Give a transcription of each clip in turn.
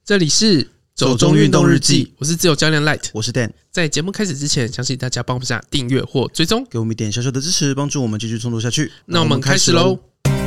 这里是走中运动日记， 我是自由教练 Light， 我是 Dan。 在节目开始之前，相信大家帮我们下订阅或追踪， 给我们一点小小的支持，帮助我们继续创作下去。 那我们开始咯。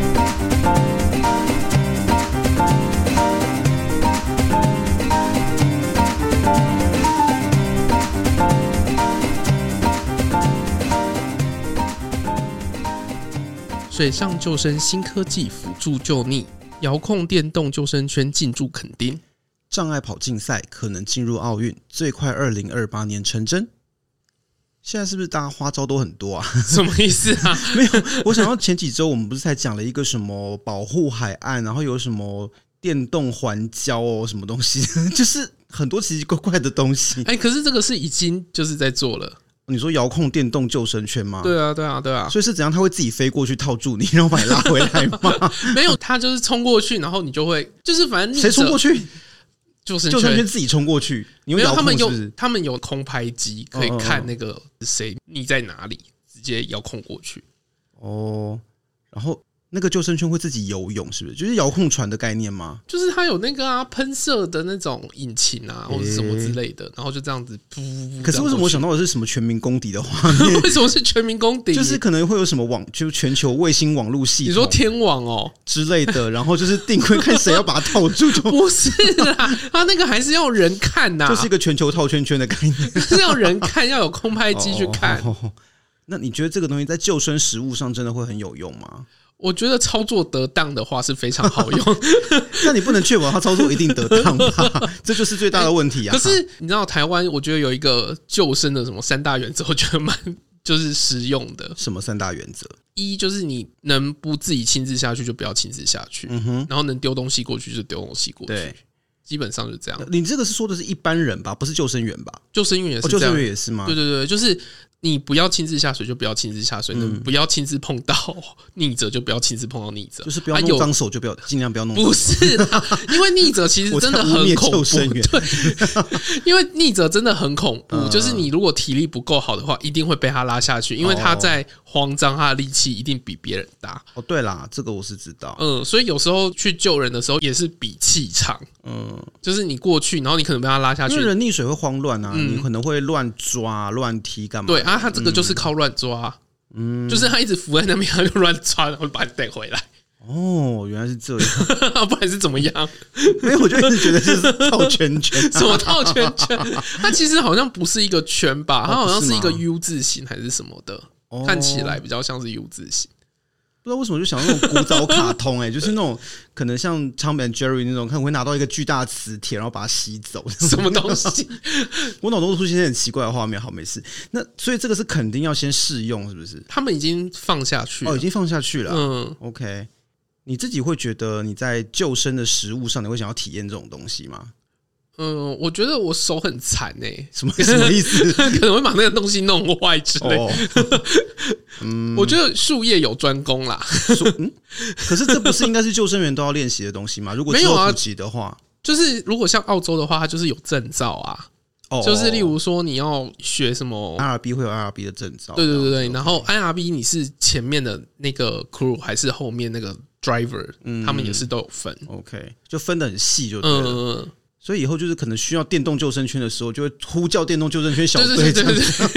水上救生新科技辅助救溺，遥控电动救生圈进驻垦丁。 障碍跑竞赛可能进入奥运，最快2028年成真。现在是不是大家花招都很多啊？ 什么意思啊？ 没有，我想到前几周我们不是才讲了一个什么保护海岸，然后有什么电动环礁哦，什么东西，就是很多奇奇怪怪的东西。 可是这个是已经就是在做了。 你说遥控电动救生圈吗？ 对啊。 所以是怎样？它会自己飛过去套住你，然后把你拉回来吗？ 没有，它就是冲过去，然后你就会就是反正谁冲过去？ 救生圈自己冲过去。你用遥控是不是？ 他们有空拍机，可以看那个谁溺在哪里，直接遥控过去。 哦，然后那个救生圈会自己游泳，是不是？就是遥控船的概念吗？ 就是它有那个喷射的那种引擎啊，或者什么之类的，然后就这样子噗。 可是为什么我想到的是什么全民公敌的画面？ 为什么是全民公敌？ 就是可能会有什么就全球卫星网路系统， 你说天网哦之类的，然后就是定位看谁要把它套住就。 不是啦，他那个还是要人看呐， 就是一个全球套圈圈的概念， 是要人看，要有空拍机去看。 那你觉得这个东西在救生实务上真的会很有用吗？ 我觉得操作得当的话是非常好用， 但你不能确保他操作一定得当吧？这就是最大的问题啊！ 可是你知道台湾，我觉得有一个救生的什么3大原则，我觉得蛮就是实用的。 什么3大原则？ 一就是你能不自己亲自下去就不要亲自下去，然后能丢东西过去就丢东西过去，对，基本上就这样。 你这个是说的是一般人吧，不是救生员吧？ 救生员也是这样， 救生员也是吗？ 对，就是你不要亲自下水就不要亲自下水，不要亲自碰到溺者就不要亲自碰到溺者， 就是不要弄脏手就不要尽量不要弄。 不是啦，因为溺者其实真的很恐怖，对，因为溺者真的很恐怖，就是你如果体力不够好的话，一定会被他拉下去，因为他在慌张，他的力气一定比别人大。 哦，对啦，这个我是知道。 所以有时候去救人的时候也是比气场。就是你过去，然后你可能被他拉下去， 因为人溺水会慌乱啊，你可能会乱抓、乱踢干嘛？ 对啊，他这个就是靠乱抓，就是他一直浮在那边，他就乱抓，然后把你带回来。 哦，原来是这样， 不然是怎么样？ 没有，我就一直觉得就是套圈圈， 什么套圈圈？它其实好像不是一个圈吧，它好像是一个 U 字形还是什么的，看起来比较像是 U 字形。 不知道为什么就想那种古早卡通就是那种可能像 Tom and Jerry 那种，看会拿到一个巨大的磁铁，然后把它吸走， 什么东西？ 我脑中出现很奇怪的画面。好，没事。那所以这个是肯定要先试用，是不是？ 他们已经放下去了， 已经放下去了。OK， 你自己会觉得你在救生的实务上，你会想要体验这种东西吗？ 我觉得我手很残什么意思？ 可能会把那个东西弄坏之类。我觉得术业有专攻啦。 可是这不是应该是救生员都要练习的东西吗？如果之后普及的话， 就是如果像澳洲的话，它就是有证照啊。就是例如说你要学什么 IRB 会有 IRB 的证照， 对，然后 IRB 你是前面的那个 crew 还是后面那个 driver，他们也是都有分。 OK， 就分得很细就对了。所以以后就是可能需要电动救生圈的时候，就会呼叫电动救生圈小队。对。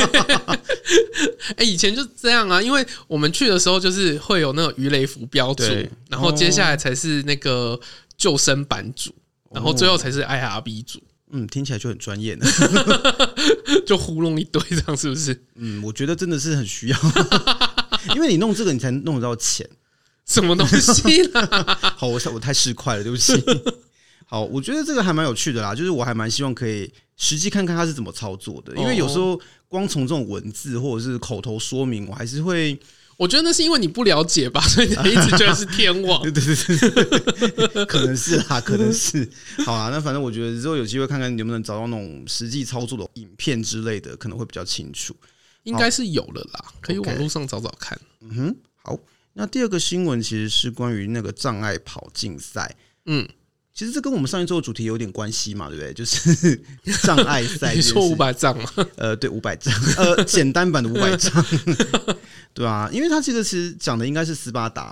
以前就这样啊，因为我们去的时候就是会有那个鱼雷浮标组，然后接下来才是那个救生板组，然后最后才是 IRB 组。 听起来就很专业呢， 就糊弄一堆，这样是不是？ 我觉得真的是很需要，因为你弄这个，你才弄得到钱。 什么东西啦？ 好，我太市侩了，对不起。好，我觉得这个还蛮有趣的啦，就是我还蛮希望可以实际看看它是怎么操作的，因为有时候光从这种文字或者是口头说明，我还是会。 我觉得那是因为你不了解吧，所以你一直觉得是天网。 对，可能是啦，可能是。好啦，那反正我觉得之后有机会看看能不能找到那种实际操作的影片之类的，可能会比较清楚。 应该是有了啦，可以网络上找找看。 好。那第二个新闻其实是关于那个障碍跑竞赛。其实这跟我们上一周的主题有点关系嘛，对不对？就是障碍赛。 你说500丈吗？ 对，500丈，简单版的500丈。对啊，因为他这个其实讲的应该是斯巴达嘛。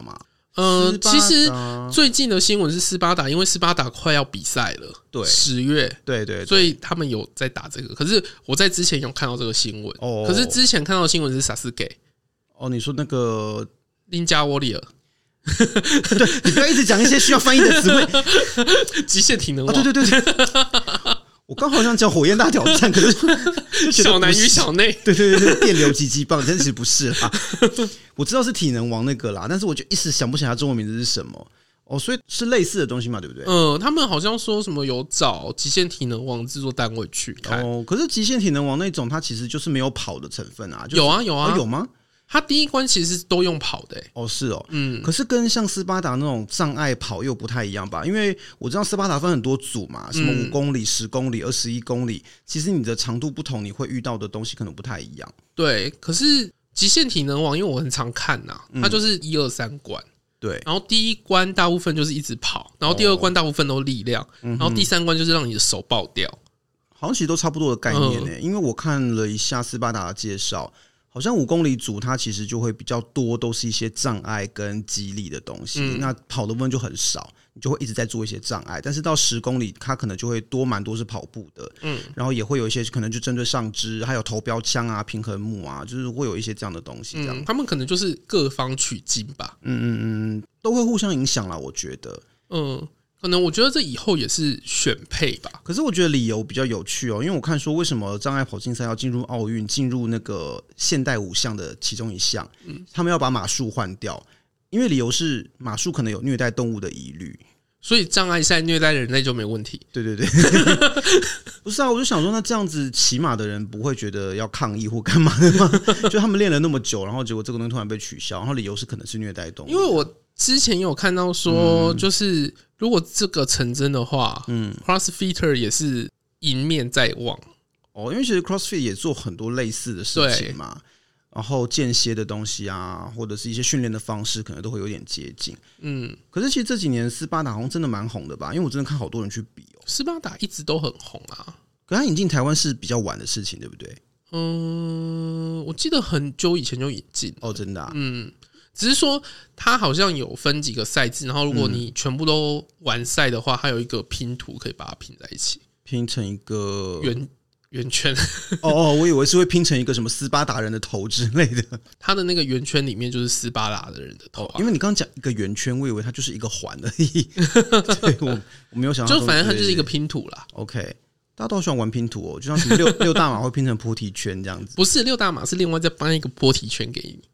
其实最近的新闻是斯巴达，因为斯巴达快要比赛了， 对 ，10月， 对， 所以他们有在打这个。可是我在之前有看到这个新闻，可是之前看到的新闻是萨斯给。 你说那个林加沃利尔。 对，你不要一直讲一些需要翻译的词汇。 极限体能王， 对，我刚好想讲火焰大挑战，可是小男与小内， 对，电流击击棒，但其实不是啦。我知道是体能王那个啦，但是我就一时想不起来它中文名字是什么。所以是类似的东西嘛，对不对？ 他们好像说什么有找极限体能王制作单位去看。 可是极限体能王那种，它其实就是没有跑的成分啊。 有啊， 有吗？ 他第一关其实都用跑的。 是哦，可是跟像斯巴达那种障碍跑又不太一样吧？因为我知道斯巴达分很多组嘛，什么5公里、10公里、21公里，其实你的长度不同，你会遇到的东西可能不太一样。 对，可是极限体能王，因为我很常看呐，它就是1、2、3关。 对， 然后第一关大部分就是一直跑，然后第二关大部分都力量，然后第3关就是让你的手爆掉。 好像其实都差不多的概念因为我看了一下斯巴达的介绍。好像5公里组它其实就会比较多，都是一些障碍跟激励的东西。那跑的部分就很少，你就会一直在做一些障碍。但是到10公里，它可能就会蛮多是跑步的，然后也会有一些可能就针对上肢，还有投标枪啊、平衡木啊，就是会有一些这样的东西。这样， 他们可能就是各方取经吧。 都会互相影响啦，我觉得。 可能我觉得这以后也是选配吧。 可是我觉得理由比较有趣因为我看说为什么障碍跑竞赛要进入奥运，进入那个现代5项的其中一项，他们要把马术换掉，因为理由是马术可能有虐待动物的疑虑， 所以障碍赛虐待人类就没问题。 对，不是啊，我就想说，那这样子骑马的人不会觉得要抗议或干嘛的吗？就他们练了那么久，然后结果这个东西突然被取消，然后理由是可能是虐待动物。 因为我之前有看到说，就是如果这个成真的话，CrossFitter 也是迎面在望。 因为其实 CrossFit 也做很多类似的事情嘛，然后间歇的东西啊，或者是一些训练的方式，可能都会有点接近。可是其实这几年斯巴达好像真的蛮红的吧？因为我真的看好多人去比斯巴达一直都很红啊。 可它引进台湾是比较晚的事情，对不对？ 我记得很久以前就引进了。 真的啊。 只是说它好像有分几个赛制，然后如果你全部都完赛的话，它有一个拼图可以把它拼在一起， 拼成一个圆圈。 我以为是会拼成一个什么斯巴达人的头之类的。 它的那个圆圈里面就是斯巴达的人的头因为你刚刚讲一个圆圈，我以为它就是一个环而已。对，我没有想到， 就反正它就是一个拼图啦。 OK， 大家都好喜欢玩拼图就像什么六大马会拼成波提圈这样子。 不是6大马，是另外再搬一个波提圈给你。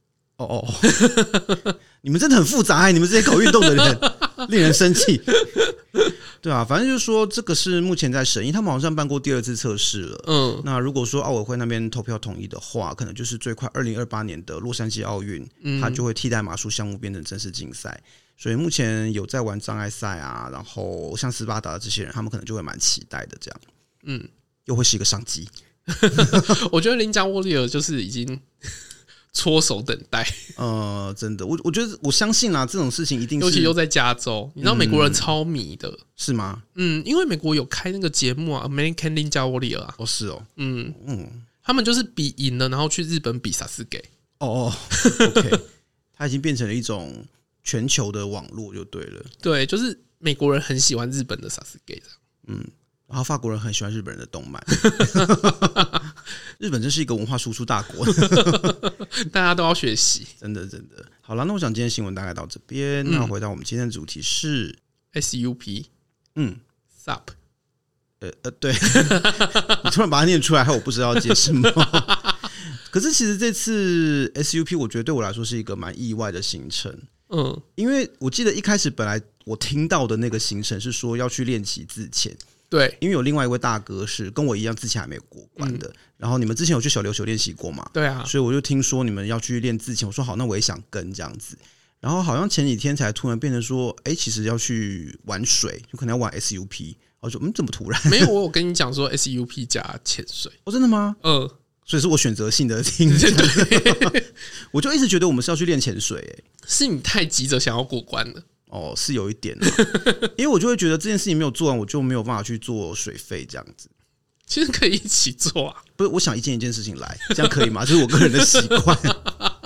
你们真的很复杂你们这些搞运动的人令人生气。对啊，反正就是说这个是目前在审议，他们好像办过第2次测试了。那如果说奥委会那边投票同意的话，可能就是最快2028年的洛杉矶奥运，它就会替代马术项目变成正式竞赛。所以目前有在玩障碍赛啊，然后像斯巴达的这些人，他们可能就会蛮期待的这样。又会是一个商机。 我觉得林加沃利尔就是已经搓手等待。 真的，我觉得我相信啦，这种事情一定是， 尤其又在加州，你知道美国人超迷的。 是吗？ 因为美国有开那个节目啊 ，American Ninja Warrior 啊。 是哦。 他们就是比赢了，然后去日本比萨斯给。 OK， 它已经变成了一种全球的网络就对了。 对，就是美国人很喜欢日本的萨斯给。 然后法国人很喜欢日本人的动漫。日本真是一个文化输出大国。 大家都要学习。 真的。好了，那我想今天新闻大概到这边。那回到我们今天的主题是 SUP。SUP。 对。你突然把它念出来，害我不知道接什么。可是其实这次 SUP 我觉得对我来说是一个蛮意外的行程。因为我记得一开始本来我听到的那个行程是说要去练习自潜。 对， 因为有另外一位大哥是跟我一样自潜还没有过关的，然后你们之前有去小琉球练习过嘛？ 对啊， 所以我就听说你们要去练自潜，我说好，那我也想跟这样子。然后好像前几天才突然变成说，其实要去玩水，就可能要玩 SUP。我说怎么突然？ 没有，我有跟你讲说 SUP 加潜水。 真的吗？所以是我选择性的听。我就一直觉得我们是要去练潜水。 是你太急着想要过关了。 是有一点因为我就会觉得这件事情没有做完，我就没有办法去做水费这样子。 其实可以一起做啊。 不是，我想一件一件事情来，这样可以吗？这是我个人的习惯。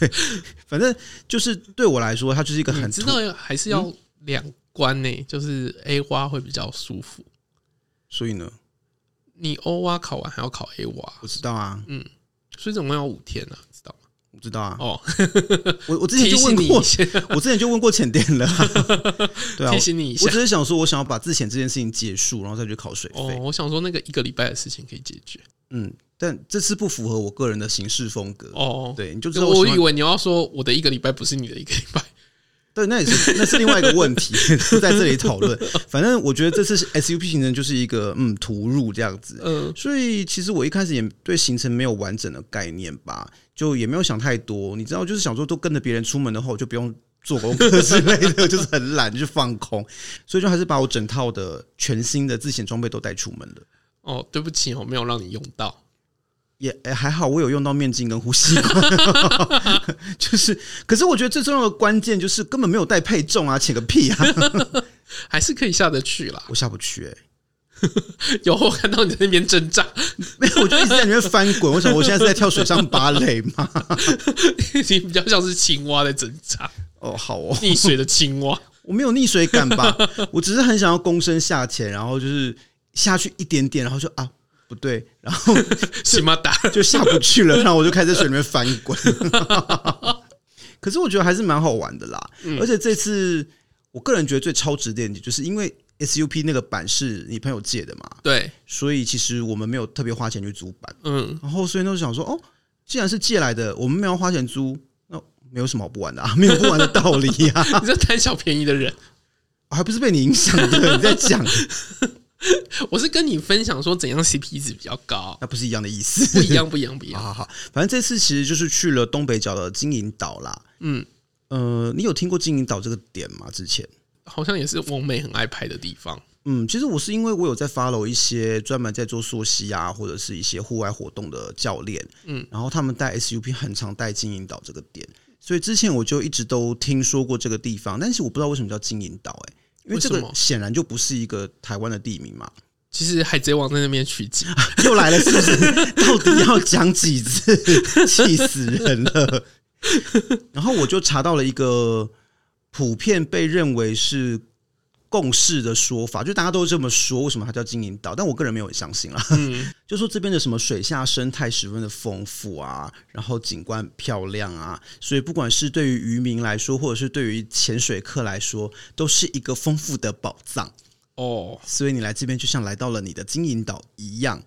对，反正就是对我来说，它就是一个很你知道还是要2关呢，就是 A 蛙会比较舒服。 所以呢， 你 O 蛙考完还要考 A 蛙， 我知道啊， 所以总共要5天啊，知道吗？ 我知道啊。 哦， 我之前就问过，我之前就问过前店了、啊。对啊， 提醒你一下。 我只是想说，我想要把之前这件事情结束，然后再去考水费。 哦，我想说那个1个礼拜的事情可以解决。 但这次不符合我个人的行事风格。哦，对，你就知道我以为你要说我的1个礼拜不是你的1个礼拜。 对，那是另外一个问题，不在这里讨论。反正我觉得这次 SUP 行程就是一个突入这样子，所以其实我一开始也对行程没有完整的概念吧，就也没有想太多。你知道，就是想说都跟着别人出门的话，我就不用做功课之类的，就是很懒，就放空，所以就还是把我整套的全新的自险装备都带出门了。 哦，对不起，我没有让你用到。 也还好，我有用到面镜跟呼吸管，就是，可是我觉得最重要的关键就是根本没有带配重啊，潜个屁啊， 还是可以下得去啦。 我下不去有我看到你在那边挣扎， 没有，我就一直在里面翻滚。我想我现在是在跳水上芭蕾吗？ 你比较像是青蛙在挣扎。 哦，好哦， 溺水的青蛙， 我没有溺水感吧？我只是很想要躬身下潜，然后就是下去一点点，然后就啊。不对，然后就下不去了，然后我就开始在水里面翻滚。可是我觉得还是蛮好玩的啦，而且这次我个人觉得最超值的点就是因为 SUP 那个板是你朋友借的嘛， 对， 所以其实我们没有特别花钱去租板，然后所以那就想说，哦，既然是借来的，我们没有花钱租，那没有什么好不玩的啊，没有不玩的道理啊。 你这贪小便宜的人， 还不是被你影响的？你在讲。 我是跟你分享说怎样 CP 值比较高， 那不是一样的意思？ 不一样。 好，反正这次其实就是去了东北角的金银岛啦。你有听过金银岛这个点吗？之前好像也是网美很爱拍的地方。 其实我是因为我有在 follow 一些专门在做溯溪啊，或者是一些户外活动的教练，然后他们带 SUP 很常带金银岛这个点，所以之前我就一直都听说过这个地方，但是我不知道为什么叫金银岛因为这个显然就不是一个台湾的地名嘛。 其实海贼王在那边取景， 又来了是不是？到底要讲几次？气死人了！然后我就查到了一个普遍被认为是共识的说法，就大家都这么说，为什么它叫金银岛？但我个人没有很相信啦。就说这边的什么水下生态十分的丰富啊，然后景观漂亮啊，所以不管是对于渔民来说，或者是对于潜水客来说，都是一个丰富的宝藏哦。所以你来这边就像来到了你的金银岛一样。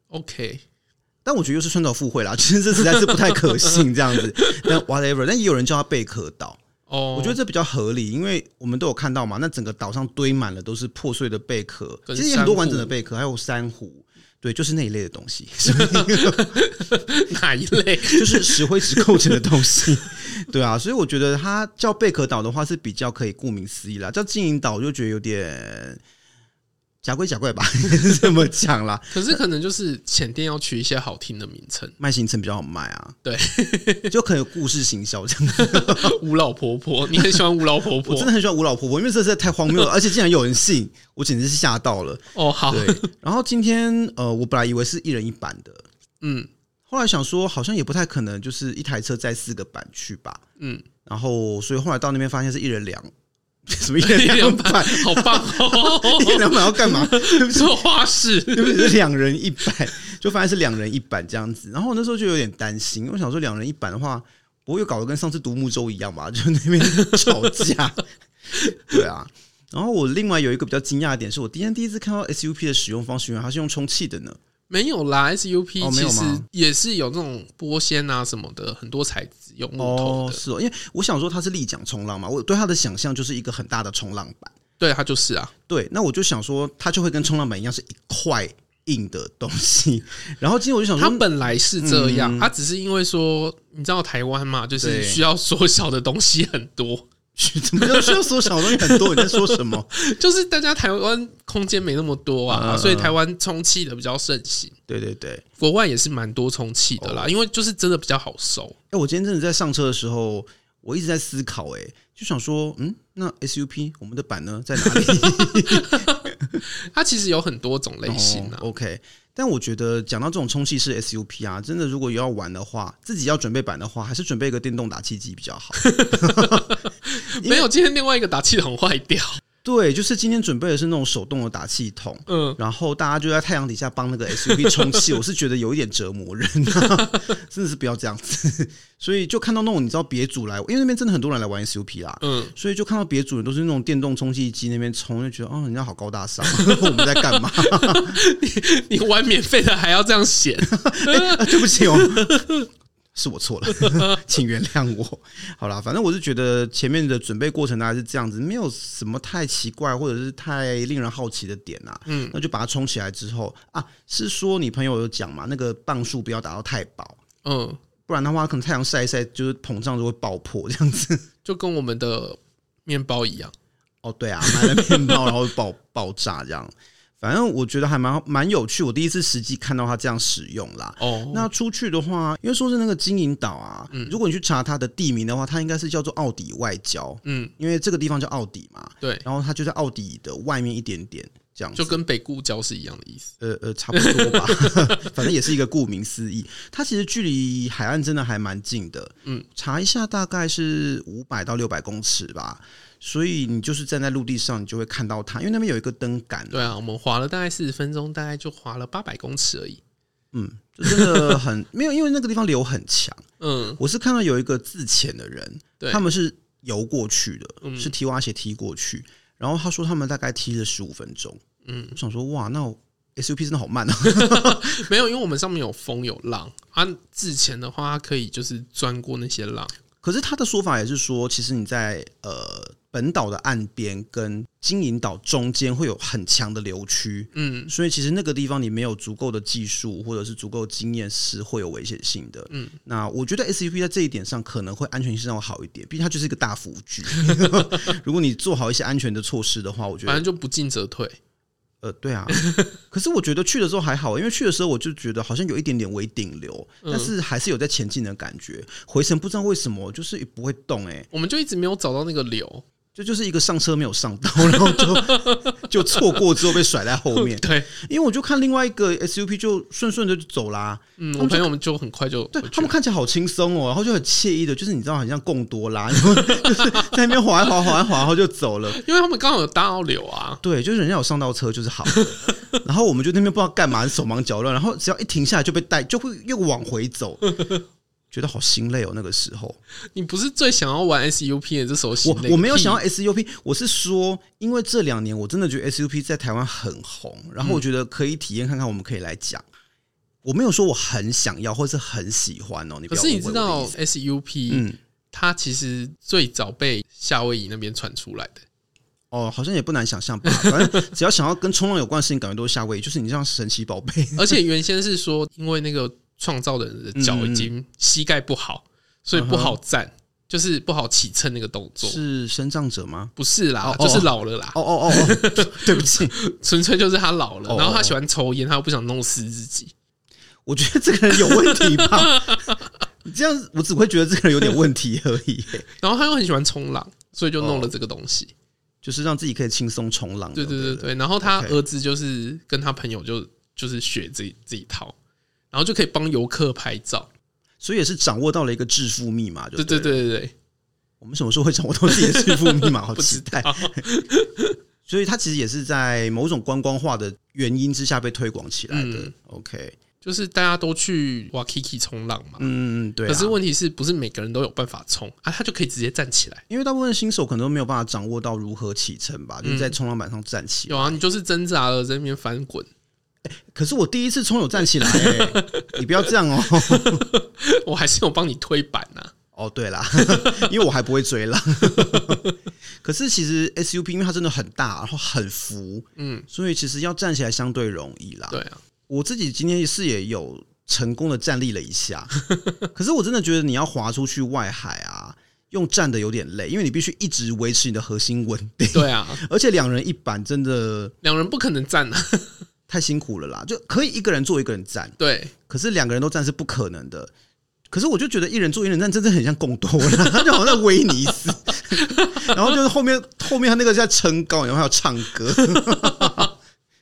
OK， 但我觉得又是川岛附会啦，其实这实在是不太可信这样子。但 whatever， 但也有人叫它贝壳岛。我觉得这比较合理，因为我们都有看到嘛，那整个岛上堆满了都是破碎的贝壳，其实也很多完整的贝壳，还有珊瑚，对，就是那一类的东西。 哪一类？ 就是石灰石构成的东西。对啊，所以我觉得它叫贝壳岛的话是比较可以顾名思义啦，叫金银岛我就觉得有点假鬼假怪吧，这么讲啦。 可是可能就是前店要取一些好听的名称， 卖行程比较好卖啊。 对， 就可能有故事行销这样。 吴老婆婆，你很喜欢吴老婆婆？ 我真的很喜欢吴老婆婆，因为这实在太荒谬了，而且竟然有人信，我简直是吓到了。 哦，好。 对，然后今天我本来以为是1人1板的，后来想说好像也不太可能，就是一台车载4个板去吧。然后所以后来到那边发现是1人2。什么1人2板？ 好棒哦 ！1人2板要干嘛？ 做花式， 对不对？是2人1板，就发现是2人1板这样子。然后我那时候就有点担心，我想说2人1板的话，不会搞得跟上次独木舟一样吧？就那边吵架。对啊。然后我另外有一个比较惊讶的点，是我第一次看到 SUP 的使用方式，原来它是用充气的呢。 没有啦 ，SUP 其实也是有那种玻纤啊什么的，很多材质用木头的。 是哦，因为我想说它是立桨冲浪嘛，我对它的想象就是一个很大的冲浪板。 对，它就是啊。 对，那我就想说它就会跟冲浪板一样是一块硬的东西。然后今天我就想说， 它本来是这样，它只是因为说你知道台湾嘛，就是需要缩小的东西很多。 怎么叫需要缩小的东西很多？你在说什么？ 就是大家台湾空间没那么多啊，所以台湾充气的比较盛行。 对对对， 国外也是蛮多充气的啦，因为就是真的比较好收。 我今天真的在上车的时候，我一直在思考，就想说，那 SUP 我们的板呢在哪里？ 它其实有很多种类型啊。 OK， 但我觉得讲到这种充气式 SUP 啊，真的如果要玩的话，自己要准备版的话，还是准备一个电动打气机比较好。 没有，今天另外一个打气筒坏掉。 对，就是今天准备的是那种手动的打气筒，然后大家就在太阳底下帮那个 SUP 充气，我是觉得有一点折磨人，真的是不要这样子。所以就看到那种你知道别组来，因为那边真的很多人来玩 SUP 啦，所以就看到别组人都是那种电动充气机那边充，就觉得人家好高大上，我们在干嘛？ 你玩免费的还要这样嫌？ 对不起哦。是我错了，请原谅我。好啦，反正我是觉得前面的准备过程大概是这样子，没有什么太奇怪或者是太令人好奇的点啊。那就把它冲起来之后啊，是说你朋友有讲嘛，那个磅数不要打到太薄，不然的话可能太阳晒一晒就是膨胀就会爆破这样子， 就跟我们的面包一样。 哦，对啊，买了面包然后爆炸这样。反正我觉得还蛮有趣，我第一次实际看到它这样使用啦。那出去的话，因为说是那个金银岛啊，如果你去查它的地名的话，它应该是叫做奥底外郊，因为这个地方叫奥底嘛， 对， 然后它就在奥底的外面一点点这样子， 就跟北固礁是一样的意思。 差不多吧，反正也是一个顾名思义，它其实距离海岸真的还蛮近的。查一下大概是500到600公尺吧。所以你就是站在陆地上，你就会看到它，因为那边有一个灯杆。 对啊，我们滑了大概40分钟，大概就滑了800公尺而已。 就真的很没有，因为那个地方流很强。我是看到有一个自潜的人，他们是游过去的，是踢蛙鞋踢过去，然后他说他们大概踢了15分钟。我想说哇，那SUP 真的好慢啊。 没有，因为我们上面有风有浪，自潜的话，它可以就是钻过那些浪。 可是他的说法也是说，其实你在本岛的岸边跟金银岛中间会有很强的流区，所以其实那个地方你没有足够的技术或者是足够的经验是会有危险性的。那我觉得 SUP 在这一点上可能会安全性上会好一点，毕竟它就是一个大辅具。如果你做好一些安全的措施的话，我觉得反正就不进则退。 对啊，可是我觉得去的时候还好，因为去的时候我就觉得好像有一点点微顶流，但是还是有在前进的感觉。回程不知道为什么就是不会动我们就一直没有找到那个流。 就是一个上车没有上到，然后就错过之后被甩在后面。 对， 因为我就看另外一个 SUP 就顺顺的就走啦。 我朋友们就很快就对他们看起来好轻松然后就很惬意的，就是你知道很像贡多拉，然后就是在那边滑一滑滑一滑，然后就走了。 因为他们刚好有搭到流啊。 对，就是人家有上到车就是好的。然后我们就那边不知道干嘛，手忙脚乱，然后只要一停下来就被带，就会又往回走。觉得好心累那个时候。 你不是最想要玩 SUP 的这时候心累？ 我没有想要 SUP， 我是说，因为这2年我真的觉得 SUP 在台湾很红，然后我觉得可以体验看看，我们可以来讲。我没有说我很想要或是很喜欢你不要误会我的意思。 可是你知道 SUP，它其实最早被夏威夷那边传出来的。 好像也不难想象吧。反正只要想要跟冲浪有关的事情，感觉都是夏威夷，就是你像神奇宝贝。 而且原先是说，因为那个创造的人的脚已经膝盖不好，所以不好站，就是不好起撑那个动作。 是身障者吗？ 不是啦，就是老了啦。 对不起， 纯粹就是他老了，然后他喜欢抽烟，他又不想弄死自己。 我觉得这个人有问题吧？你这样我只会觉得这个人有点问题而已。 然后他又很喜欢冲浪，所以就弄了这个东西。 就是让自己可以轻松冲浪。 对，然后他儿子就是跟他朋友就是学这一套，然后就可以帮游客拍照， 所以也是掌握到了一个致富密码。 对， 我们什么时候会掌握到自己的致富密码？好期待。所以它其实也是在某种观光化的原因之下被推广起来的。OK。 就是大家都去Waikiki 冲浪嘛， 对。 可是问题是不是每个人都有办法冲啊？他就可以直接站起来， 因为大部分新手可能都没有办法掌握到如何起撑吧，就是在冲浪板上站起来。 有啊，你就是挣扎了，在那边翻滚。 可是我第一次冲有站起来你不要这样我还是有帮你推板啊。 对啦，因为我还不会追浪。可是其实 SUP 因为它真的很大，然后很浮，所以其实要站起来相对容易啦。 对啊。 我自己今天是也有成功的站立了一下，可是我真的觉得你要滑出去外海啊，用站的有点累，因为你必须一直维持你的核心稳定。 对啊， 而且2人一板真的 2人不可能站太辛苦了啦，就可以1个人坐1个人站，对，可是2个人都站是不可能的。可是我就觉得1人坐1人站真的很像贡多拉，他就好像在威尼斯，然后就是后面他那个在撑高，然后还有唱歌。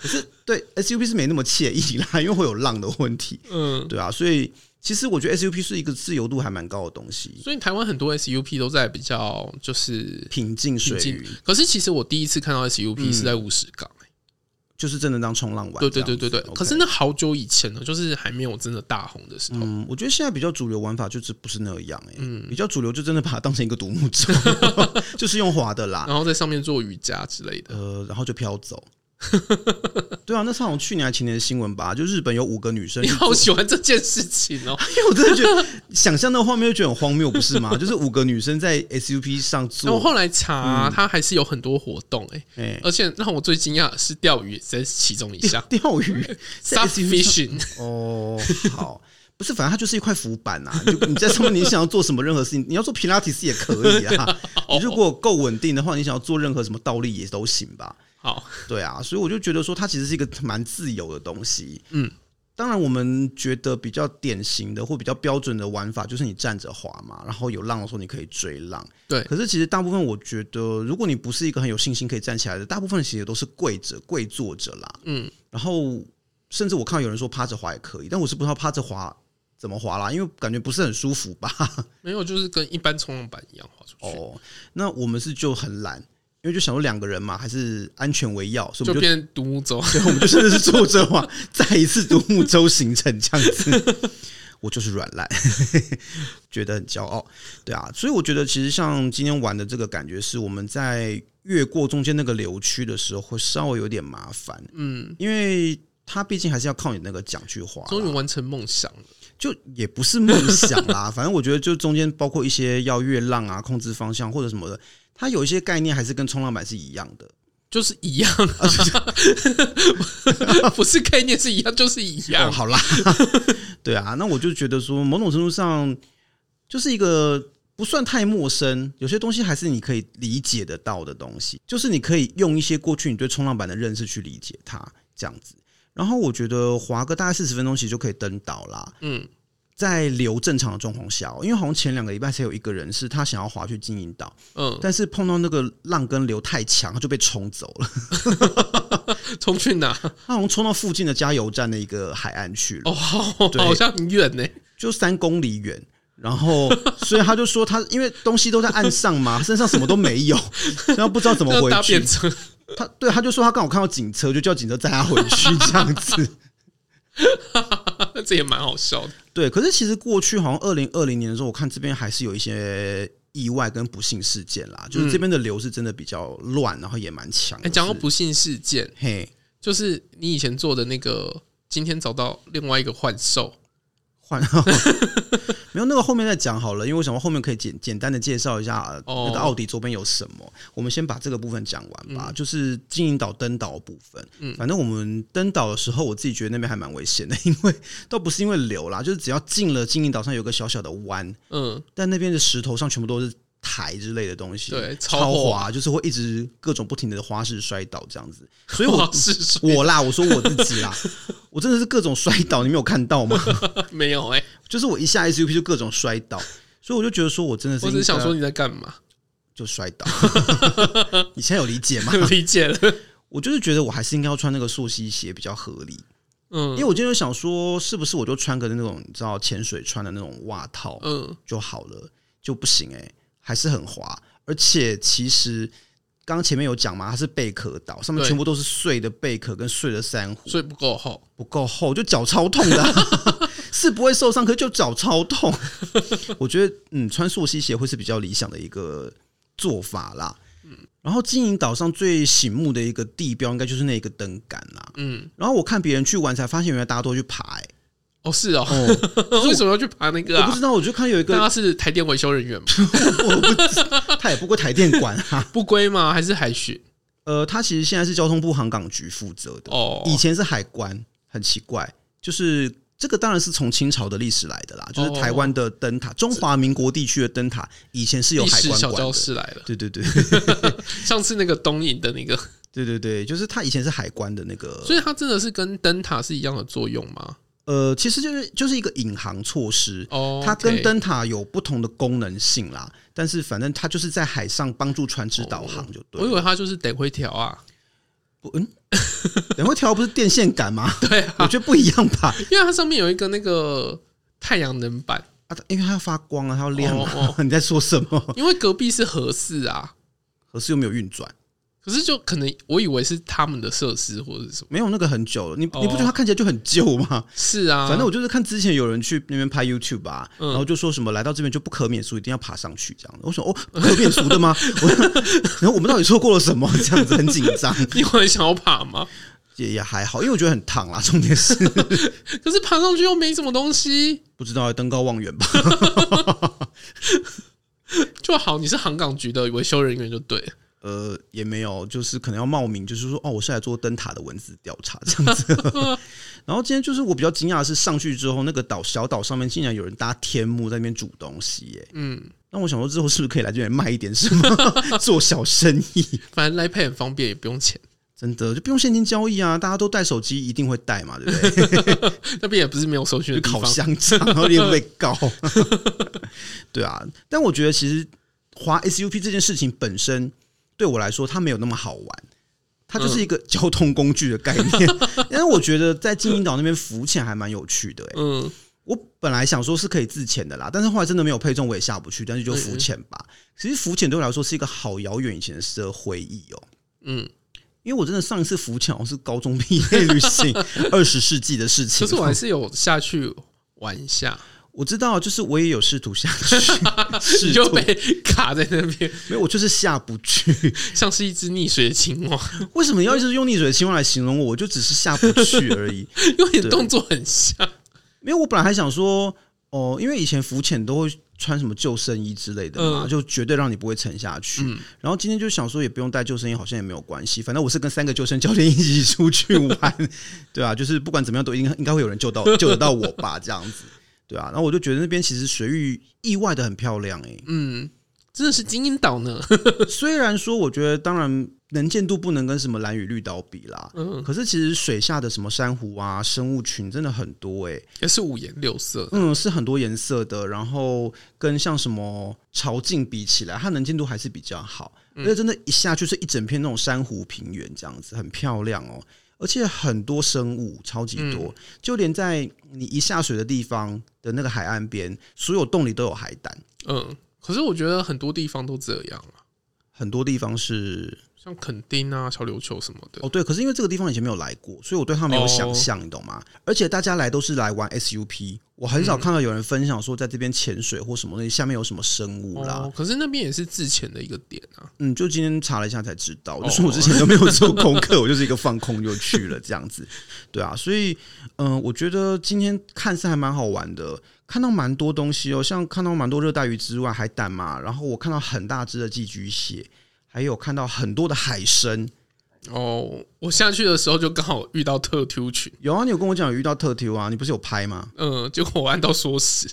可是对 SUP 是没那么惬意啦，因为会有浪的问题。对啊，所以其实我觉得 SUP 是一个自由度还蛮高的东西。 所以台湾很多 SUP 都在比较就是平静水域。 可是其实我第一次看到 SUP 是在50港。 就是真的当冲浪玩， 对，可是那好久以前了，就是还没有真的大红的时候。 我觉得现在比较主流玩法就是不是那样比较主流就真的把它当成一个独木舟，就是用滑的啦， 然后在上面做瑜伽之类的， 然后就飘走。对啊，那是好像去年还前年的新闻吧？就日本有5个女生， 你好喜欢这件事情哦！ 因为我真的觉得想象那个画面就觉得很荒谬，不是吗？就是5个女生在 SUP 上做。 我后来查，它还是有很多活动而且让我最惊讶的是钓鱼在其中一项。 钓鱼 ，Sub fishing。 哦，好。不是，反正它就是一块浮板啊！你在上面，你想要做什么任何事情，你要做皮拉提斯也可以啊。你如果够稳定的话，你想要做任何什么倒立也都行吧。 好， 对啊，所以我就觉得说，它其实是一个蛮自由的东西。当然，我们觉得比较典型的或比较标准的玩法，就是你站着滑嘛，然后有浪的时候你可以追浪。 对， 可是其实大部分我觉得，如果你不是一个很有信心可以站起来的，大部分其实都是跪坐着啦。然后甚至我看到有人说趴着滑也可以，但我是不知道趴着滑怎么滑啦，因为感觉不是很舒服吧？ 没有，就是跟一般冲浪板一样滑出去。 那我们就很懒，因为就想说2个人嘛，还是安全为要，所以我们就变独木舟。 对，我们就真的是坐着滑，再一次独木舟行程这样子。我就是软烂，觉得很骄傲。对啊，所以我觉得其实像今天玩的这个感觉，是我们在越过中间那个流区的时候，会稍微有点麻烦。因为它毕竟还是要靠你那个桨去滑。 终于完成梦想了。 就也不是梦想啦，反正我觉得就中间包括一些要越浪啊、控制方向或者什么的，它有一些概念还是跟冲浪板是一样的， 就是一样、不是概念是一样，就是一样。 好啦，对啊，那我就觉得说，某种程度上就是一个不算太陌生，有些东西还是你可以理解得到的东西，就是你可以用一些过去你对冲浪板的认识去理解它，这样子。然后我觉得滑个大概40分钟其实就可以登岛啦。在流正常的状况下，因为好像前2个礼拜才有一个人是他想要滑去金银岛，但是碰到那个浪跟流太强，他就被冲走了。 冲去哪？ 他好像冲到附近的加油站的一个海岸去了。 好像很远呢， 就3公里远。然后，所以他就说他因为东西都在岸上嘛，身上什么都没有，然后不知道怎么回去。他就说他刚好看到警车，就叫警车载他回去这样子。 这也蛮好笑的。 对，可是其实过去好像2020年的时候，我看这边还是有一些意外跟不幸事件啦，就是这边的流是真的比较乱，然后也蛮强。 讲到不幸事件，就是你以前做的那个，今天找到另外一个幻兽。 没有，那个后面再讲好了，因为我想说后面可以简单的介绍一下那个奥迪周边有什么。我们先把这个部分讲完吧，就是金银岛登岛的部分。反正我们登岛的时候，我自己觉得那边还蛮危险的，因为倒不是因为流啦，就是只要进了金银岛上有个小小的湾，但那边的石头上全部都是台之类的东西， 对， 超滑，就是会一直各种不停的花式摔倒这样子。所以我说我自己啦，我真的是各种摔倒，你没有看到吗？ 没有就是我一下 SUP 就各种摔倒，所以我就觉得说我真的是， 我只是想说你在干嘛， 就摔倒。你现在有理解吗？ 理解了。 我就是觉得我还是应该要穿那个溯溪鞋比较合理。因为我今天就想说，是不是我就穿个那种你知道潜水穿的那种袜套，就好了，就不行还是很滑，而且其实刚刚前面有讲嘛，它是贝壳岛，上面全部都是碎的贝壳跟碎的珊瑚， 所以不够厚， 就脚超痛的、是不会受伤，可是就脚超痛。我觉得穿溯溪鞋会是比较理想的一个做法啦。然后金银岛上最醒目的一个地标应该就是那个灯杆啦。然后我看别人去玩才发现，原来大家都去爬是哦，为什么要去爬那个我不知道，我就看有一个， 他是台电维修人员吗？ 我不知道，他也不归台电管啊， 不归吗？还是海巡？ 他其实现在是交通部航港局负责的，以前是海关，很奇怪，就是这个当然是从清朝的历史来的啦，就是台湾的灯塔，中华民国地区的灯塔以前是有海关管的，历史小教室来了， 对， 上次那个东引的那个， 对，就是他以前是海关的那个， 所以它真的是跟灯塔是一样的作用吗？ 其实就是一个引航措施，它跟灯塔有不同的功能性啦，但是反正它就是在海上帮助船只导航就对了。 我以为它就是得会调啊， 等会跳不是电线杆吗？ 对啊， 我觉得不一样吧， 因为它上面有一个那个太阳能板啊，因为它要发光啊，它要亮啊。你在说什么？ 因为隔壁是核四啊， 核四又没有运转。 可是就可能我以为是他们的设施或者是什么， 没有那个很久了，你不觉得它看起来就很旧吗？ 是啊， 反正我就是看之前有人去那边拍 YouTube 吧，然后就说什么来到这边就不可免俗，一定要爬上去这样的。我说不可免俗的吗？然后我们到底错过了什么？这样子很紧张。 你会想要爬吗？ 也还好，因为我觉得很烫啦。重点是， 可是爬上去又没什么东西， 不知道登高望远吧？ 就好，你是航港局的维修人员就对了。 也没有，就是可能要冒名，就是说我是来做灯塔的文字调查这样子。然后今天就是我比较惊讶的是，上去之后那个小岛上面竟然有人搭天幕在那边煮东西耶。那我想说之后是不是可以来这边卖一点什么，做小生意？ 反正 LINE Pay 很方便，也不用钱。 真的就不用现金交易啊，大家都带手机，一定会带嘛，对不对？ 那边也不是没有手续的地方， 烤香肠，然后你也被告。对啊，但我觉得其实滑 SUP 这件事情本身对我来说，它没有那么好玩，它就是一个交通工具的概念。因为我觉得在金银岛那边浮潜还蛮有趣的。我本来想说是可以自潜的啦，但是后来真的没有配重，我也下不去，但是就浮潜吧。其实浮潜对我来说是一个好遥远以前的回忆哦。因为我真的上一次浮潜是高中毕业旅行，20世纪的事情。 可是我还是有下去玩一下。 我知道，就是我也有试图下去， 你就被卡在那边。 没有，我就是下不去， 像是一只溺水的青蛙。 为什么要一直用溺水的青蛙来形容我？我就只是下不去而已。 因为你的动作很像。 因为我本来还想说，因为以前浮潜都会穿什么救生衣之类的嘛，就绝对让你不会沉下去。然后今天就想说，也不用带救生衣，好像也没有关系。反正我是跟3个救生教练一起出去玩，对啊，就是不管怎么样都应该会有人救得到我吧，这样子。对啊，然后我就觉得那边其实水域意外的很漂亮真的是金银岛呢。 虽然说我觉得当然能见度不能跟什么蓝屿绿岛比啦，可是其实水下的什么珊瑚啊生物群真的很多也是5颜6色是很多颜色的，然后跟像什么潮境比起来，它能见度还是比较好，而且真的一下就是一整片那种珊瑚平原这样子，很漂亮而且很多生物，超级多，就连在你一下水的地方的那个海岸边，所有洞里都有海胆。 可是我觉得很多地方都这样啊， 很多地方是像垦丁啊、小琉球什么的。 对，可是因为这个地方以前没有来过，所以我对它没有想象，你懂吗？而且大家来都是来玩 SUP， 我很少看到有人分享说在这边潜水或什么东西下面有什么生物啦。 可是那边也是自潜的一个点啊。 就今天查了一下才知道，就是我之前都没有做功课，我就是一个放空就去了这样子。对啊，所以我觉得今天看似还蛮好玩的。看到蛮多东西像看到蛮多热带鱼之外，海胆嘛，然后我看到很大只的寄居蟹，还有看到很多的海参。 我下去的时候就刚好遇到特 Q 群。 有啊，你有跟我讲有遇到特 Q 啊，你不是有拍吗？ 结果我按到缩时，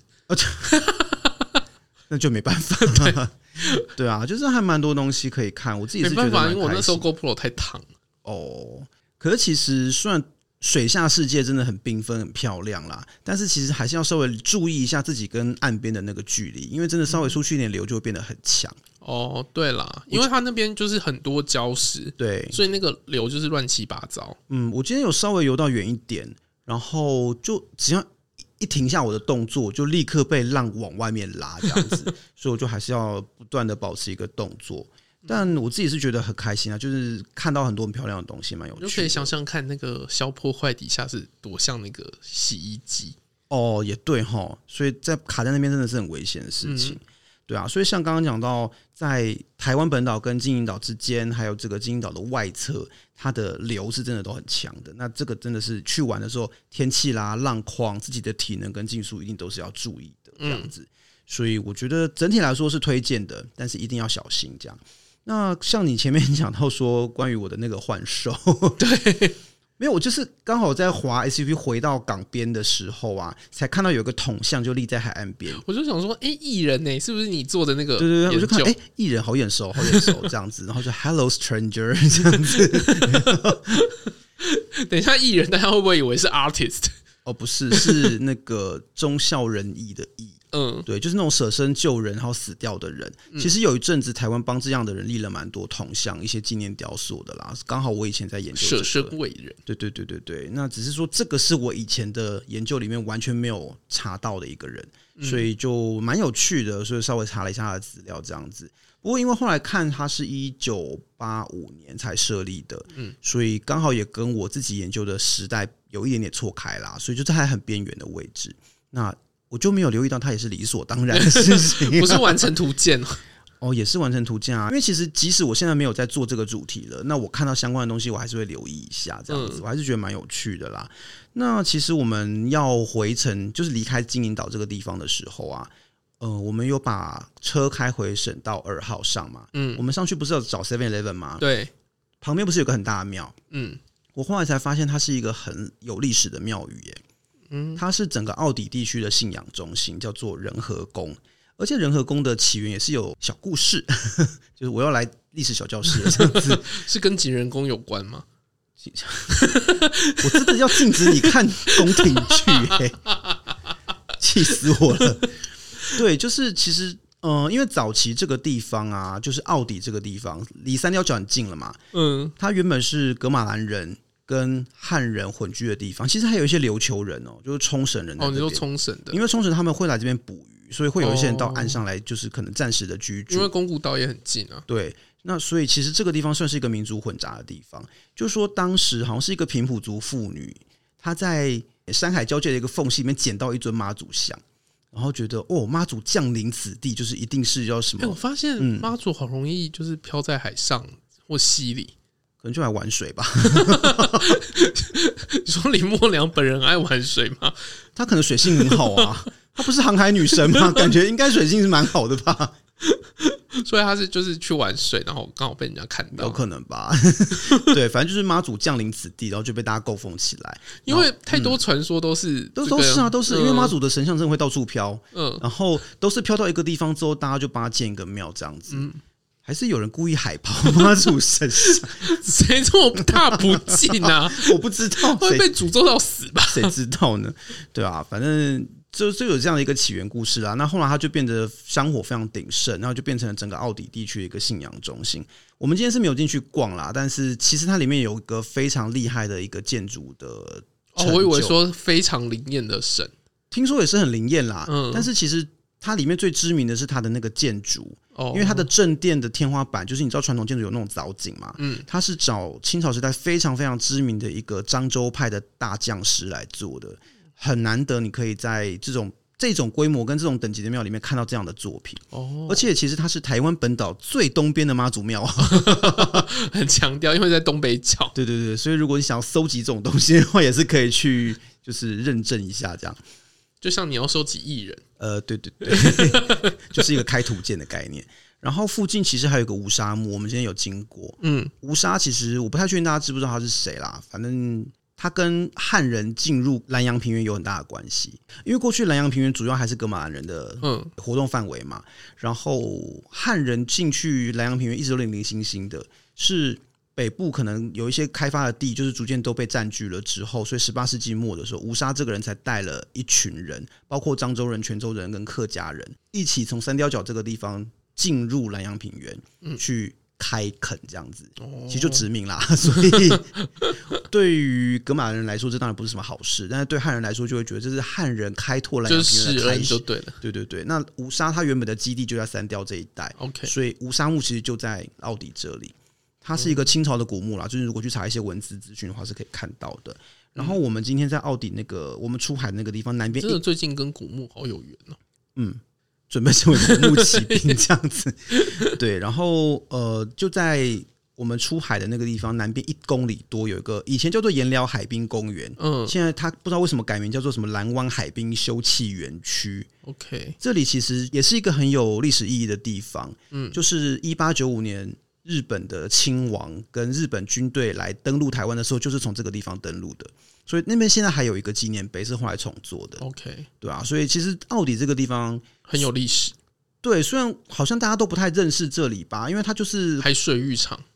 那就没办法。对啊，就是还蛮多东西可以看，我自己是觉得没办法，因为我那时候 GoPro 太烫可是其实虽然水下世界真的很缤纷很漂亮啦，但是其实还是要稍微注意一下自己跟岸边的那个距离，因为真的稍微出去一点流就会变得很强。 对啦，因为它那边就是很多礁石， 对， 所以那个流就是乱七八糟。 我今天有稍微游到远一点，然后就只要一停下我的动作，就立刻被浪往外面拉这样子，所以我就还是要不断的保持一个动作。但我自己是觉得很开心啊，就是看到很多很漂亮的东西，蛮有趣的。 就可以想象看那个消破坏底下是多像那个洗衣机。 也对齁，所以在卡在那边真的是很危险的事情。对啊，所以像刚刚讲到，在台湾本岛跟金银岛之间，还有这个金银岛的外侧，它的流是真的都很强的。那这个真的是去玩的时候，天气啦、浪况、自己的体能跟技术一定都是要注意的这样子。所以我觉得整体来说是推荐的，但是一定要小心这样。那像你前面讲到说关于我的那个幻兽， 对， 没有，我就是刚好在滑 SUP 回到港边的时候啊，才看到有一个铜像就立在海岸边，我就想说，艺人呢，是不是你做的那个？ 对对对，我就看，艺人好眼熟，好眼熟这样子，然后就 Hello Stranger 这样子。 等一下，艺人大家会不会以为是 artist？ 不是，是那个忠孝仁义的义。对，就是那种舍身救人然后死掉的人。其实有一阵子台湾帮这样的人立了蛮多铜像、一些纪念雕塑的啦。刚好我以前在研究舍身为人。 对，那只是说这个是我以前的研究里面完全没有查到的一个人，所以就蛮有趣的，所以稍微查了一下他的资料这样子。不过因为后来看他是1985年才设立的，所以刚好也跟我自己研究的时代有一点点错开啦，所以就在很边缘的位置。那我就没有留意到它也是理所当然的事情， 不是完成图鉴也是完成图鉴啊。因为其实即使我现在没有在做这个主题了，那我看到相关的东西，我还是会留意一下，这样子，我还是觉得蛮有趣的啦。那其实我们要回程，就是离开金银岛这个地方的时候啊，我们有把车开回省道2号上嘛，我们上去不是要找 7-Eleven 吗？ 对， 旁边不是有个很大的庙？我后来才发现它是一个很有历史的庙宇耶。它是整个奥底地区的信仰中心，叫做仁和宫。而且仁和宫的起源也是有小故事，就是我要来历史小教室了这样子。 是跟景仁宫有关吗？ 我真的要禁止你看宫廷剧气死我了。对，就是其实因为早期这个地方啊，就是奥底这个地方离三貂角很近了嘛，它原本是噶玛兰人跟汉人混居的地方，其实还有一些琉球人就是冲绳人。 你说冲绳的， 因为冲绳他们会来这边捕鱼，所以会有一些人到岸上来，就是可能暂时的居住。 因为宫古岛也很近啊。 对，那所以其实这个地方算是一个民族混杂的地方。就是说当时好像是一个平埔族妇女，她在山海交界的一个缝隙里面捡到一尊妈祖像，然后觉得妈祖降临此地，就是一定是要什么。 我发现妈祖好容易就是飘在海上或溪里。 可能就来玩水吧。 你说林默娘本人爱玩水吗？ 她可能水性很好啊，她不是航海女神吗？感觉应该水性是蛮好的吧。 所以她是就是去玩水，然后刚好被人家看到， 有可能吧。对，反正就是妈祖降临此地，然后就被大家供奉起来。 因为太多传说都是、 都是啊，都是因为妈祖的神像真的会到处飘，然后都是飘到一个地方之后，大家就帮他建一个庙这样子。还是有人故意海抛妈祖身上？ 谁这么大不敬啊？ 我不知道， 会被诅咒到死吧？ 谁知道呢？对啊，反正就有这样的一个起源故事啊。那后来它就变得香火非常鼎盛，然后就变成了整个奥底地区的一个信仰中心。我们今天是没有进去逛啦，但是其实它里面有一个非常厉害的一个建筑的成就。 我以为说非常灵验的神， 听说也是很灵验啦。但是其实它里面最知名的是它的那个建筑。因为它的正殿的天花板，就是你知道传统建筑有那种藻井嘛，它是找清朝时代非常非常知名的一个漳州派的大匠师来做的，很难得你可以在这种规模跟这种等级的庙里面看到这样的作品。而且其实它是台湾本岛最东边的妈祖庙。 很强调，因为在东北角。 对，所以如果你想要搜集这种东西的话，也是可以去就是认证一下这样。 就像你要收集艺人， 对，就是一个开图鉴的概念。然后附近其实还有一个吴沙墓，我们今天有经过。吴沙其实我不太确定大家知不知道他是谁啦，反正他跟汉人进入南洋平原有很大的关系，因为过去南洋平原主要还是噶玛兰人的活动范围嘛。然后汉人进去南洋平原一直都零零星星的，是北部可能有一些开发的地，就是逐渐都被占据了之后，所以18世纪末的时候，吴沙这个人才带了一群人，包括漳州人、泉州人跟客家人，一起从三貂角这个地方进入南洋平原，去开垦这样子，其实就殖民啦。所以对于噶玛兰人来说，这当然不是什么好事，但是对汉人来说，就会觉得这是汉人开拓南洋平原的开始， 就对了。 对，那吴沙它原本的基地就在三貂这一带，所以吴沙墓其实就在奥底这里。它是一个清朝的古墓啦，就是如果去查一些文字资讯的话是可以看到的。然后我们今天在奥底那个我们出海的那个地方南边， 真的最近跟古墓好有缘哦。 准备成为古墓骑兵这样子。对，然后就在我们出海的那个地方南边1公里多有一个以前叫做盐寮海滨公园，现在它不知道为什么改名叫做什么蓝湾海滨休憩园区。这里其实也是一个很有历史意义的地方，就是1895年。日本的亲王跟日本军队来登陆台湾的时候，就是从这个地方登陆的，所以那边现在还有一个纪念碑是后来重做的。对啊，所以其实奥底这个地方很有历史。 对，虽然好像大家都不太认识这里吧，因为它就是海水浴场。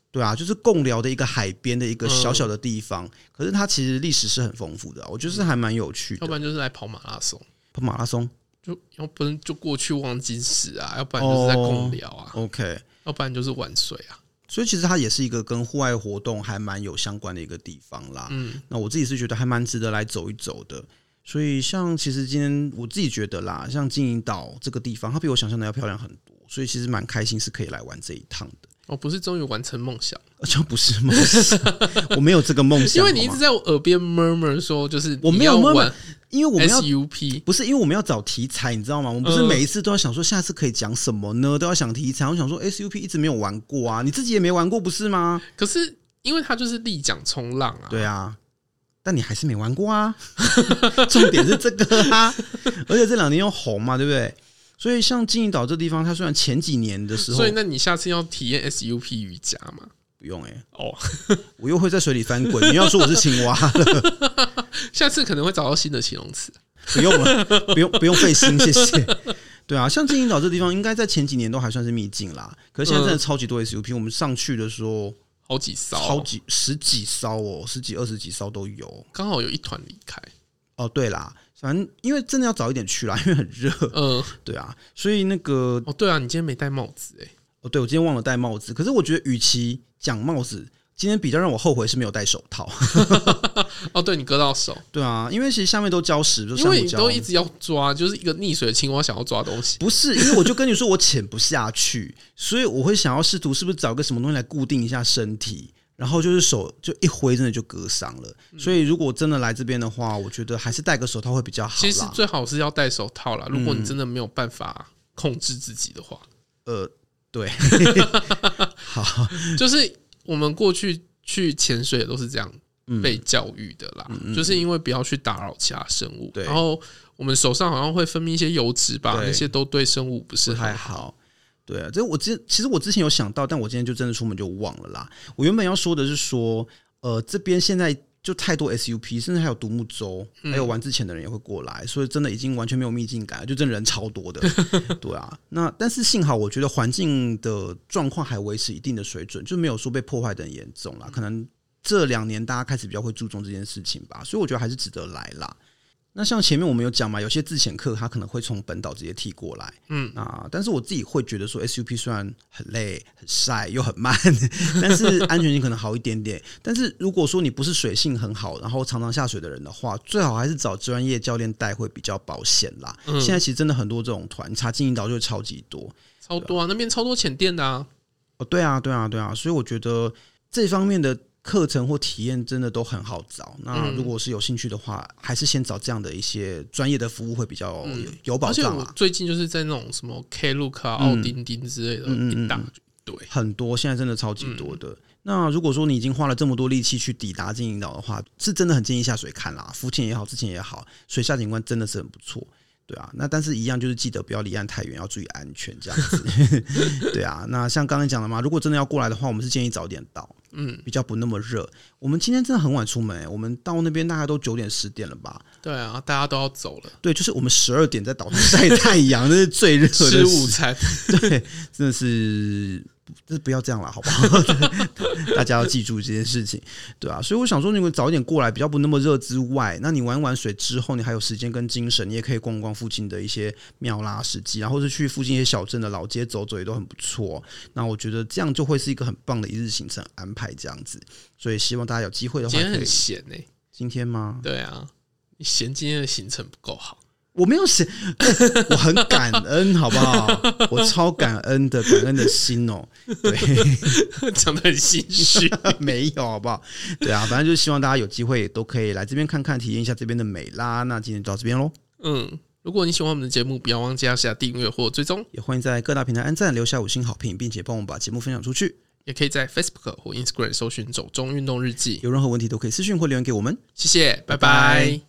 对啊，就是贡寮的一个海边的一个小小的地方，可是它其实历史是很丰富的，我觉得是还蛮有趣的。 要不然就是来跑马拉松， 跑马拉松就要不然就过去望金石啊，要不然就是在贡寮啊、 OK， 要不然就是玩水啊。 所以其实它也是一个跟户外活动还蛮有相关的一个地方啦。那我自己是觉得还蛮值得来走一走的。所以像其实今天我自己觉得啦，像金银岛这个地方，它比我想象的要漂亮很多，所以其实蛮开心是可以来玩这一趟的。 不是终于完成梦想， 就不是梦想，我没有这个梦想， 因为你一直在我耳边 murmur 说，就是我没有 murmur，因为我们要 SUP， 不是因为我们要找题材，你知道吗？我们不是每一次都要想说下次可以讲什么呢？都要想题材。我想说 SUP 一直没有玩过啊，你自己也没玩过不是吗？ 可是因为它就是立桨冲浪啊， 对啊，但你还是没玩过啊。重点是这个啊，而且这2年又红嘛，对不对？所以像金银岛这地方，它虽然前几年的时候， 所以那你下次要体验 SUP 瑜伽吗？ 不用我又会在水里翻滚。你要说我是青蛙了， 下次可能会找到新的形容词。 不用了，不用费心，谢谢。对啊，像金银岛这地方，应该在前几年都还算是秘境啦。可是现在真的超级多 SUP，我们上去的时候好几艘， 十几艘10几20几艘都有， 刚好有一团离开。 对啦，反正因为真的要早一点去啦，因为很热。对啊，所以那个对啊，你今天没戴帽子对，我今天忘了戴帽子。可是我觉得，与其讲帽子，今天比较让我后悔是没有戴手套。 对，你割到手。 对啊，因为其实下面都礁石， 因为你都一直要抓，就是一个溺水的青蛙想要抓东西。 不是，因为我就跟你说我潜不下去，所以我会想要试图是不是找个什么东西来固定一下身体。然后就是手就一挥，真的就割伤了。所以如果真的来这边的话，我觉得还是戴个手套会比较好啦。 其实最好是要戴手套啦，如果你真的没有办法控制自己的话。 对，好， 就是我们过去潜水都是这样被教育的啦，就是因为不要去打扰其他生物。然后我们手上好像会分泌一些油脂吧，那些都对生物不是很好。 对啊，其实我之前有想到，但我今天就真的出门就忘了啦。我原本要说的是说，这边现在就太多 SUP， 甚至还有独木舟，还有玩之前的人也会过来，所以真的已经完全没有秘境感了，就真的人超多的。对啊，但是幸好我觉得环境的状况还维持一定的水准，就没有说被破坏的很严重啦。可能这2年大家开始比较会注重这件事情吧，所以我觉得还是值得来啦。那像前面我们有讲嘛，有些自潜客他可能会从本岛直接踢过来，但是我自己会觉得说 SUP 虽然很累、很晒又很慢，但是安全性可能好一点点。但是如果说你不是水性很好，然后常常下水的人的话，最好还是找专业教练带会比较保险啦。现在其实真的很多这种团，查金银岛就会超级多， 超多啊，那边超多潜店的啊。 对啊，所以我觉得这方面的课程或体验真的都很好找。那如果是有兴趣的话，还是先找这样的一些专业的服务会比较有保障啦。 而且我最近就是在那种什么 Klook 啊、奥丁丁之类的一大堆， 很多，现在真的超级多的。那如果说你已经花了这么多力气去抵达金银岛的话，是真的很建议下水看啦，浮潜也好，之前也好，水下景观真的是很不错。对啊，那但是一样就是记得不要离岸太远，要注意安全这样子。对啊，那像刚才讲的嘛，如果真的要过来的话，我们是建议早点到，比较不那么热。我们今天真的很晚出门，我们到那边大概都9点10点了吧？ 对啊，大家都要走了。 对，就是我们12点在岛上晒太阳，这是最热的吃午餐。 对，真的是。不要这样啦，好不好？大家要记住这件事情，对啊。所以我想说，你们早一点过来，比较不那么热之外，那你玩完水之后，你还有时间跟精神，你也可以逛逛附近的一些庙啦、史迹，然后是去附近一些小镇的老街走走，也都很不错。那我觉得这样就会是一个很棒的一日行程安排，这样子。所以希望大家有机会的话， 今天很闲今天吗？ 对啊，你嫌今天的行程不够好。 我没有写，我很感恩，好不好？我超感恩的心哦。对， 讲得很心虚， 没有，好不好？对啊，反正就是希望大家有机会都可以来这边看看，体验一下这边的美啦。那今天就到这边咯。 如果你喜欢我们的节目，不要忘记要下订阅或追踪， 也欢迎在各大平台按赞、留下5星好评，并且帮我们把节目分享出去。 也可以在 Facebook 或 Instagram 搜寻走中运动日记。 有任何问题都可以私讯或留言给我们。 谢谢，拜拜。